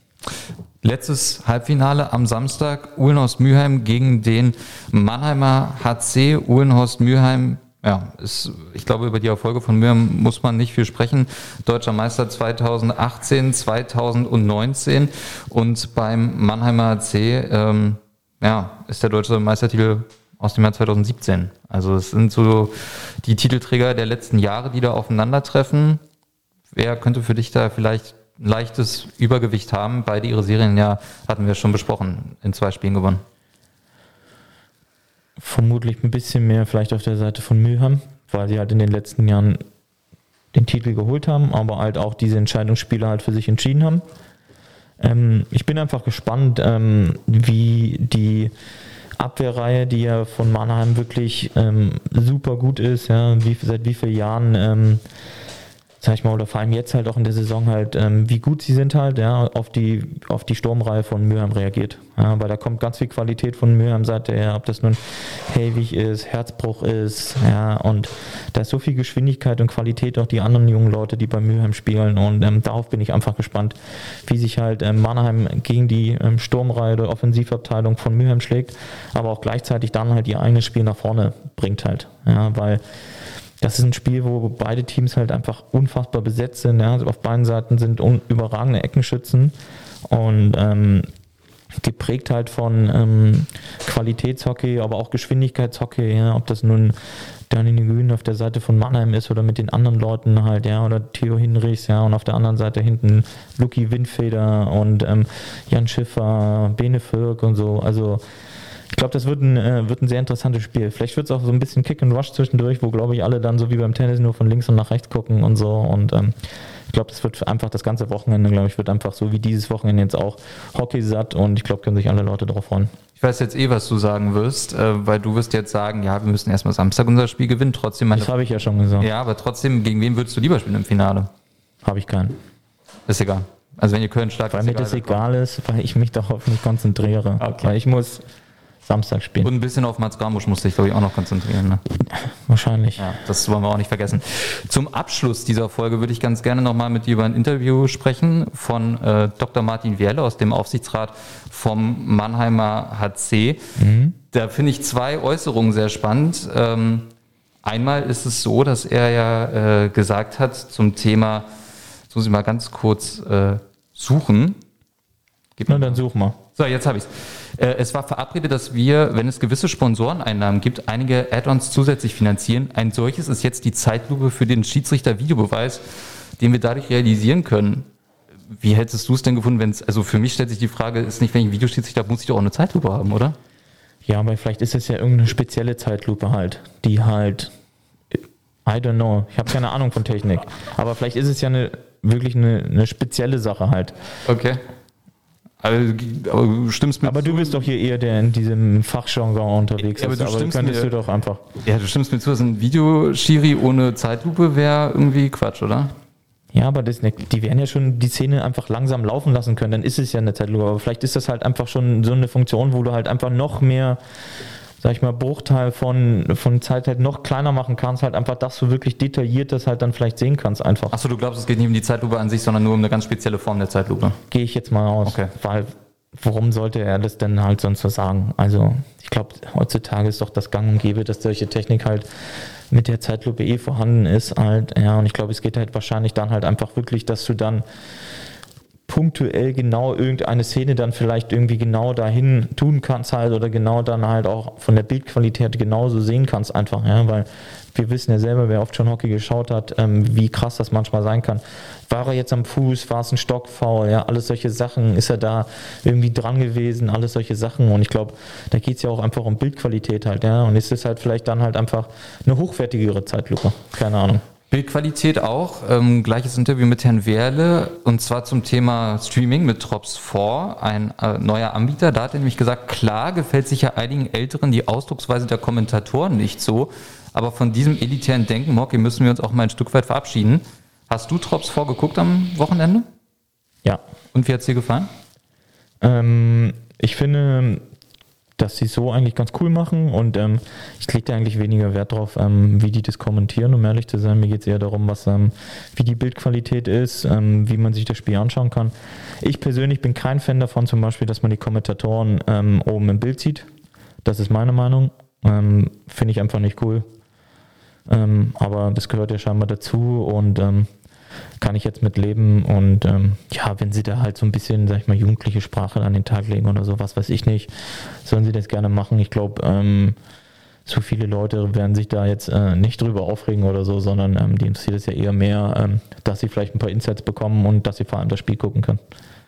Letztes Halbfinale am Samstag, Uhlenhorst-Mülheim gegen den Mannheimer H C. Uhlenhorst-Mülheim, ja, ist, ich glaube, über die Erfolge von Mülheim muss man nicht viel sprechen. Deutscher Meister zweitausendachtzehn, zweitausendneunzehn und beim Mannheimer H C, ähm, ja, ist der deutsche Meistertitel aus dem Jahr zweitausendsiebzehn. Also es sind so die Titelträger der letzten Jahre, die da aufeinandertreffen. Wer könnte für dich da vielleicht ein leichtes Übergewicht haben? Beide ihre Serien, ja, hatten wir schon besprochen, in zwei Spielen gewonnen. Vermutlich ein bisschen mehr vielleicht auf der Seite von Mülheim, weil sie halt in den letzten Jahren den Titel geholt haben, aber halt auch diese Entscheidungsspiele halt für sich entschieden haben. Ähm, ich bin einfach gespannt, ähm, wie die Abwehrreihe, die ja von Mannheim wirklich ähm, super gut ist, ja, wie, seit wie vielen Jahren ähm, sag ich mal, oder vor allem jetzt halt auch in der Saison halt, ähm, wie gut sie sind halt, ja, auf die, auf die Sturmreihe von Mülheim reagiert. Ja, weil da kommt ganz viel Qualität von Mülheim Seite her, ob das nun Helwig ist, Herzbruch ist, ja, und da ist so viel Geschwindigkeit und Qualität auch die anderen jungen Leute, die bei Mülheim spielen, und ähm, darauf bin ich einfach gespannt, wie sich halt ähm, Mannheim gegen die ähm, Sturmreihe oder Offensivabteilung von Mülheim schlägt, aber auch gleichzeitig dann halt ihr eigenes Spiel nach vorne bringt halt, ja, weil das ist ein Spiel, wo beide Teams halt einfach unfassbar besetzt sind. Ja. Also auf beiden Seiten sind un- überragende Eckenschützen und ähm, geprägt halt von ähm, Qualitätshockey, aber auch Geschwindigkeitshockey. Ja. Ob das nun Daniel Nguyen auf der Seite von Mannheim ist oder mit den anderen Leuten halt, ja, oder Theo Hinrichs, ja, und auf der anderen Seite hinten Luki Windfeder und ähm, Jan Schiffer, Bene Völk und so. Also ich glaube, das wird ein, äh, wird ein sehr interessantes Spiel. Vielleicht wird es auch so ein bisschen Kick and Rush zwischendurch, wo, glaube ich, alle dann so wie beim Tennis nur von links und nach rechts gucken und so. Und ähm, ich glaube, das wird einfach das ganze Wochenende, glaube ich, wird einfach so wie dieses Wochenende jetzt auch Hockey satt. Und ich glaube, können sich alle Leute darauf freuen. Ich weiß jetzt eh, was du sagen wirst, äh, weil du wirst jetzt sagen, ja, wir müssen erstmal Samstag unser Spiel gewinnen. Trotzdem meine, das habe ich ja schon gesagt. Ja, aber trotzdem, gegen wen würdest du lieber spielen im Finale? Habe ich keinen. Ist egal. Also wenn ihr Köln stark Weil mir das egal ist, weil ich mich darauf nicht konzentriere. Okay. Weil ich muss Samstag spielen. Und ein bisschen auf Mats Grambusch musste ich, glaube ich, auch noch konzentrieren. Ne? Wahrscheinlich. Ja, das wollen wir auch nicht vergessen. Zum Abschluss dieser Folge würde ich ganz gerne nochmal mit dir über ein Interview sprechen von äh, Doktor Martin Wehrle aus dem Aufsichtsrat vom Mannheimer H C. Mhm. Da finde ich zwei Äußerungen sehr spannend. Ähm, einmal ist es so, dass er ja äh, gesagt hat zum Thema, jetzt muss ich mal ganz kurz äh, suchen. Na, dann such mal. So, jetzt habe ich es. Es war verabredet, dass wir, wenn es gewisse Sponsoreneinnahmen gibt, einige Add-ons zusätzlich finanzieren. Ein solches ist jetzt die Zeitlupe für den Schiedsrichter-Videobeweis, den wir dadurch realisieren können. Wie hättest du es denn gefunden, wenn es, also für mich stellt sich die Frage, ist nicht, wenn ich einen Videoschiedsrichter habe, muss ich doch auch eine Zeitlupe haben, oder? Ja, aber vielleicht ist es ja irgendeine spezielle Zeitlupe halt, die halt, I don't know, ich habe keine Ahnung von Technik, aber vielleicht ist es ja eine wirklich eine, eine spezielle Sache halt. Okay. Also, aber du stimmst mir Aber zu. du bist doch hier eher der in diesem Fachjargon unterwegs. Ja, aber ist, du aber stimmst könntest mir- du doch einfach. Ja, du stimmst mir zu, dass ein Videoschiri ohne Zeitlupe wäre irgendwie Quatsch, oder? Ja, aber das, die werden ja schon die Szene einfach langsam laufen lassen können, dann ist es ja eine Zeitlupe. Aber vielleicht ist das halt einfach schon so eine Funktion, wo du halt einfach noch mehr, sag ich mal, Bruchteil von, von Zeit halt noch kleiner machen kannst, halt einfach, dass du wirklich detailliert das halt dann vielleicht sehen kannst einfach. Achso, du glaubst, es geht nicht um die Zeitlupe an sich, sondern nur um eine ganz spezielle Form der Zeitlupe. Gehe ich jetzt mal aus. Okay. Weil, warum sollte er das denn halt sonst so sagen? Also, ich glaube, heutzutage ist doch das Gang und Gäbe, dass solche Technik halt mit der Zeitlupe eh vorhanden ist halt, ja, und ich glaube, es geht halt wahrscheinlich dann halt einfach wirklich, dass du dann punktuell genau irgendeine Szene dann vielleicht irgendwie genau dahin tun kannst halt oder genau dann halt auch von der Bildqualität genauso sehen kannst einfach, ja, weil wir wissen ja selber, wer oft schon Hockey geschaut hat, ähm, wie krass das manchmal sein kann. War er jetzt am Fuß, war es ein Stockfoul, ja, alles solche Sachen, ist er da irgendwie dran gewesen, alles solche Sachen und ich glaube, da geht es ja auch einfach um Bildqualität halt, ja, und es ist halt vielleicht dann halt einfach eine hochwertigere Zeitlupe, keine Ahnung. Bildqualität auch, ähm, gleiches Interview mit Herrn Wehrle und zwar zum Thema Streaming mit Trops vier, ein äh, neuer Anbieter. Da hat er nämlich gesagt, klar gefällt sicher einigen Älteren die Ausdrucksweise der Kommentatoren nicht so, aber von diesem elitären Denken im Hockey müssen wir uns auch mal ein Stück weit verabschieden. Hast du Trops vier geguckt am Wochenende? Ja. Und wie hat es dir gefallen? Ähm, ich finde, dass sie es so eigentlich ganz cool machen und ähm, ich lege da eigentlich weniger Wert drauf, ähm, wie die das kommentieren, um ehrlich zu sein. Mir geht es eher darum, was, ähm, wie die Bildqualität ist, ähm, wie man sich das Spiel anschauen kann. Ich persönlich bin kein Fan davon, zum Beispiel, dass man die Kommentatoren ähm, oben im Bild sieht. Das ist meine Meinung. Ähm, finde ich einfach nicht cool. Ähm, aber das gehört ja scheinbar dazu und ähm, kann ich jetzt mit leben und ähm, ja, wenn sie da halt so ein bisschen, sag ich mal, jugendliche Sprache an den Tag legen oder so, was weiß ich nicht, sollen sie das gerne machen. Ich glaube, ähm, so viele Leute werden sich da jetzt äh, nicht drüber aufregen oder so, sondern ähm, die interessiert es ja eher mehr, ähm, dass sie vielleicht ein paar Insights bekommen und dass sie vor allem das Spiel gucken können.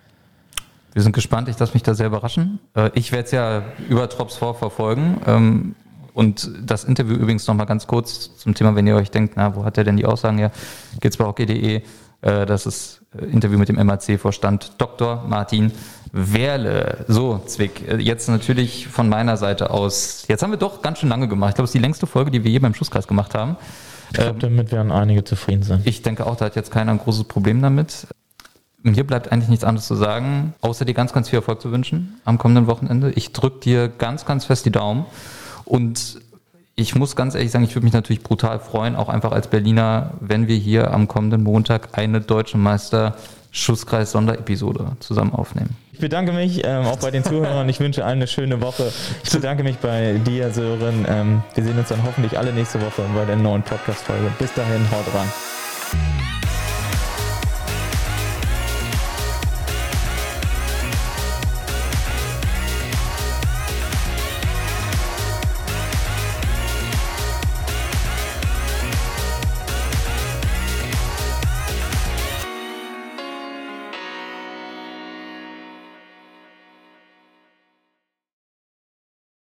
Wir sind gespannt, ich lasse mich da sehr überraschen. Äh, ich werde es ja über Trops vier verfolgen. Ähm, Und das Interview übrigens nochmal ganz kurz zum Thema, wenn ihr euch denkt, na, wo hat er denn die Aussagen her? Geht's bei hockey punkt de. Äh, das ist Interview mit dem M A C-Vorstand Doktor Martin Wehrle. So, Zwick, jetzt natürlich von meiner Seite aus. Jetzt haben wir doch ganz schön lange gemacht. Ich glaube, es ist die längste Folge, die wir je beim Schusskreis gemacht haben. Ich glaube, damit werden einige zufrieden sein. Ich denke auch, da hat jetzt keiner ein großes Problem damit. Mir bleibt eigentlich nichts anderes zu sagen, außer dir ganz, ganz viel Erfolg zu wünschen am kommenden Wochenende. Ich drücke dir ganz, ganz fest die Daumen. Und ich muss ganz ehrlich sagen, ich würde mich natürlich brutal freuen, auch einfach als Berliner, wenn wir hier am kommenden Montag eine Deutsche Meister Schusskreis-Sonderepisode zusammen aufnehmen. Ich bedanke mich ähm, auch bei den Zuhörern. Ich wünsche allen eine schöne Woche. Ich bedanke mich bei dir, Sören. Ähm, wir sehen uns dann hoffentlich alle nächste Woche bei der neuen Podcast-Folge. Bis dahin, haut rein.